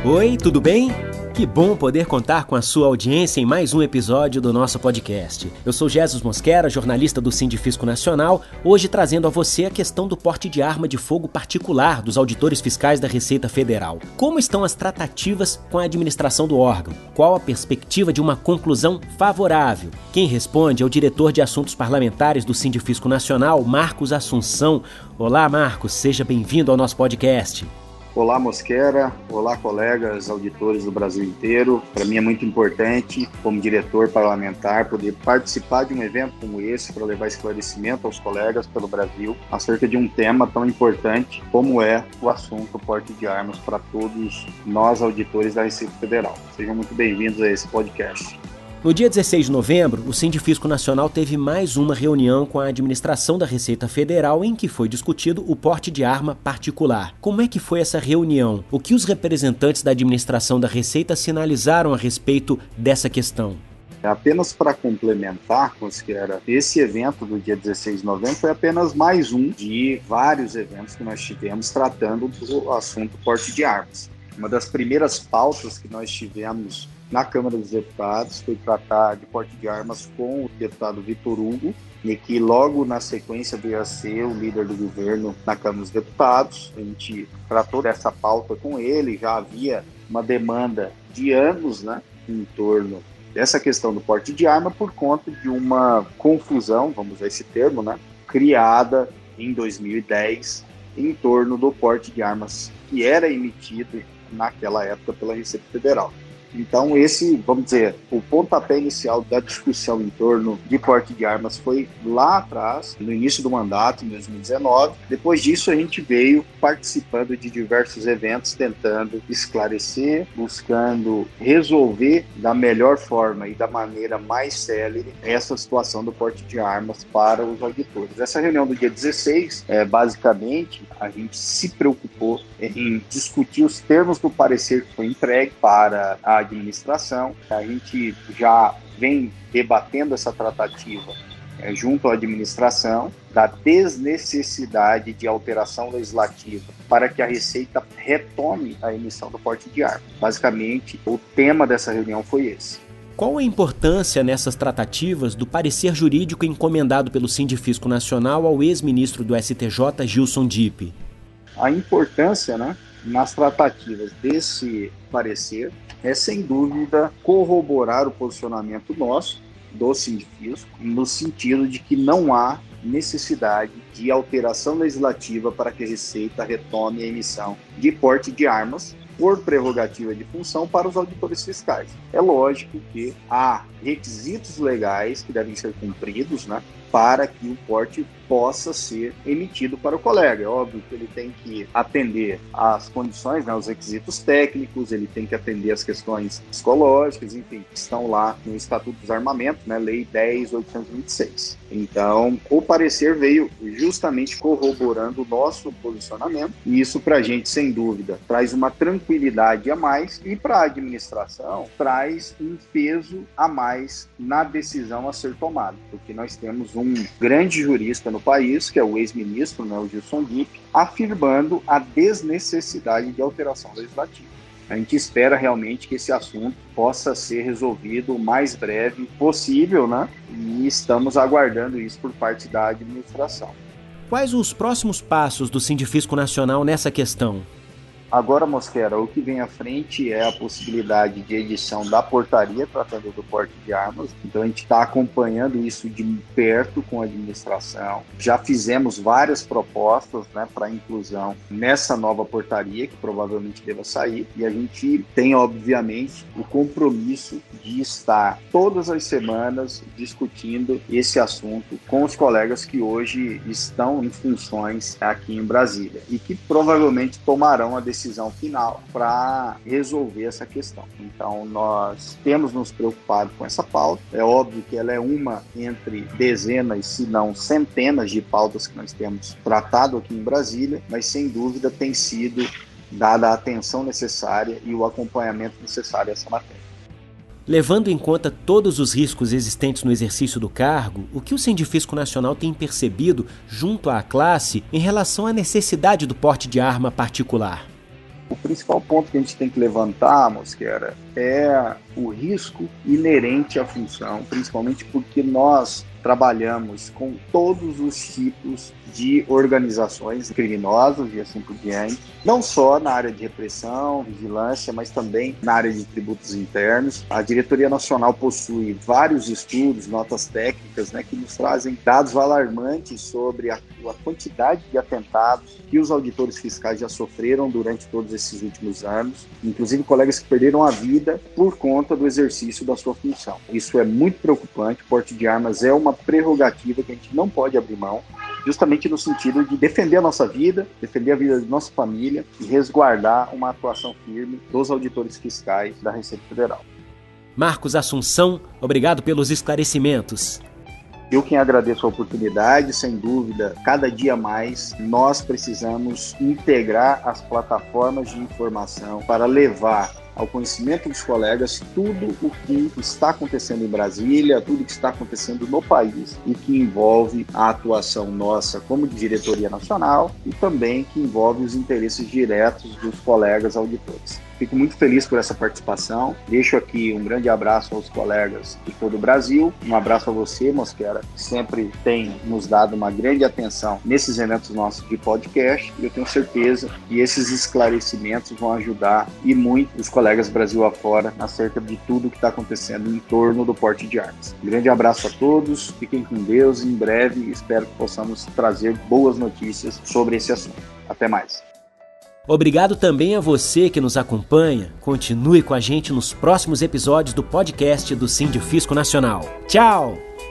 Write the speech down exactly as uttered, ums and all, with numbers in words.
Oi, tudo bem? Que bom poder contar com a sua audiência em mais um episódio do nosso podcast. Eu sou Jesus Mosquera, jornalista do Sindifisco Nacional, hoje trazendo a você a questão do porte de arma de fogo particular dos auditores fiscais da Receita Federal. Como estão as tratativas com a administração do órgão? Qual a perspectiva de uma conclusão favorável? Quem responde é o diretor de Assuntos Parlamentares do Sindifisco Nacional, Marcos Assunção. Olá, Marcos, seja bem-vindo ao nosso podcast. Olá, Mosquera. Olá, colegas auditores do Brasil inteiro. Para mim é muito importante, como diretor parlamentar, poder participar de um evento como esse para levar esclarecimento aos colegas pelo Brasil acerca de um tema tão importante como é o assunto porte de armas para todos nós auditores da Receita Federal. Sejam muito bem-vindos a esse podcast. No dia dezesseis de novembro, o Sindifisco Nacional teve mais uma reunião com a administração da Receita Federal em que foi discutido o porte de arma particular. Como é que foi essa reunião? O que os representantes da administração da Receita sinalizaram a respeito dessa questão? Apenas para complementar, Mosquera, esse evento do dia dezesseis de novembro foi apenas mais um de vários eventos que nós tivemos tratando do assunto porte de armas. Uma das primeiras pautas que nós tivemos na Câmara dos Deputados foi tratar de porte de armas com o deputado Vitor Hugo, e que logo na sequência veio a ser o líder do governo na Câmara dos Deputados. A gente tratou dessa pauta com ele, já havia uma demanda de anos, né, em torno dessa questão do porte de arma por conta de uma confusão, vamos usar esse termo, né, criada em dois mil e dez em torno do porte de armas que era emitido naquela época pela Receita Federal. Então esse, vamos dizer, o pontapé inicial da discussão em torno de porte de armas foi lá atrás, no início do mandato, em dois mil e dezenove. Depois disso a gente veio participando de diversos eventos, tentando esclarecer, buscando resolver da melhor forma e da maneira mais célere essa situação do porte de armas para os auditores. Essa reunião do dia dezesseis, é, basicamente, a gente se preocupou em discutir os termos do parecer que foi entregue para a administração. A gente já vem debatendo essa tratativa é, junto à administração da desnecessidade de alteração legislativa para que a Receita retome a emissão do porte de arma. Basicamente, o tema dessa reunião foi esse. Qual a importância nessas tratativas do parecer jurídico encomendado pelo Sindifisco Nacional ao ex-ministro do S T J, Gilson Dipp? A importância, né, nas tratativas desse parecer é, sem dúvida, corroborar o posicionamento nosso, do Sindifisco, no sentido de que não há necessidade de alteração legislativa para que a Receita retome a emissão de porte de armas por prerrogativa de função para os auditores fiscais. É lógico que há requisitos legais que devem ser cumpridos, né, para que o porte possa ser emitido para o colega. É óbvio que ele tem que atender às condições, né, os requisitos técnicos, ele tem que atender às questões psicológicas, enfim, que estão lá no Estatuto dos Armamentos, né, Lei dez mil oitocentos e vinte e seis. Então, o parecer veio justamente corroborando o nosso posicionamento, e isso para a gente, sem dúvida, traz uma tranquilidade a mais, e para a administração traz um peso a mais na decisão a ser tomada, porque nós temos um grande jurista no país, que é o ex-ministro, né, o Gilson Dipp, afirmando a desnecessidade de alteração legislativa. A gente espera realmente que esse assunto possa ser resolvido o mais breve possível, né? E estamos aguardando isso por parte da administração. Quais os próximos passos do Sindifisco Nacional nessa questão? Agora, Mosquera, o que vem à frente é a possibilidade de edição da portaria tratando do porte de armas. Então, a gente está acompanhando isso de perto com a administração. Já fizemos várias propostas, né, para inclusão nessa nova portaria, que provavelmente deva sair. E a gente tem, obviamente, o compromisso de estar todas as semanas discutindo esse assunto com os colegas que hoje estão em funções aqui em Brasília e que provavelmente tomarão a decisão decisão final para resolver essa questão. Então, nós temos nos preocupado com essa pauta. É óbvio que ela é uma entre dezenas, se não centenas de pautas que nós temos tratado aqui em Brasília, mas sem dúvida tem sido dada a atenção necessária e o acompanhamento necessário a essa matéria. Levando em conta todos os riscos existentes no exercício do cargo, o que o Sindifisco Nacional tem percebido junto à classe em relação à necessidade do porte de arma particular? O principal ponto que a gente tem que levantar, Mosquera, é o risco inerente à função, principalmente porque nós trabalhamos com todos os tipos de organizações criminosas e assim por diante, não só na área de repressão, vigilância, mas também na área de tributos internos. A Diretoria Nacional possui vários estudos, notas técnicas, né, que nos trazem dados alarmantes sobre a, a quantidade de atentados que os auditores fiscais já sofreram durante todos esses últimos anos, inclusive colegas que perderam a vida por conta do exercício da sua função. Isso é muito preocupante. O porte de armas é uma prerrogativa que a gente não pode abrir mão, justamente no sentido de defender a nossa vida, defender a vida da nossa família e resguardar uma atuação firme dos auditores fiscais da Receita Federal. Marcos Assunção, obrigado pelos esclarecimentos. Eu quem agradeço a oportunidade, sem dúvida, cada dia mais nós precisamos integrar as plataformas de informação para levar ao conhecimento dos colegas tudo o que está acontecendo em Brasília, tudo o que está acontecendo no país e que envolve a atuação nossa como diretoria nacional e também que envolve os interesses diretos dos colegas auditores. Fico muito feliz por essa participação. Deixo aqui um grande abraço aos colegas de todo o Brasil. Um abraço a você, Mosquera, que sempre tem nos dado uma grande atenção nesses eventos nossos de podcast. E eu tenho certeza que esses esclarecimentos vão ajudar e muito os colegas Brasil afora acerca de tudo que está acontecendo em torno do porte de armas. Um grande abraço a todos. Fiquem com Deus. Em breve espero que possamos trazer boas notícias sobre esse assunto. Até mais. Obrigado também a você que nos acompanha. Continue com a gente nos próximos episódios do podcast do Sindifisco Nacional. Tchau!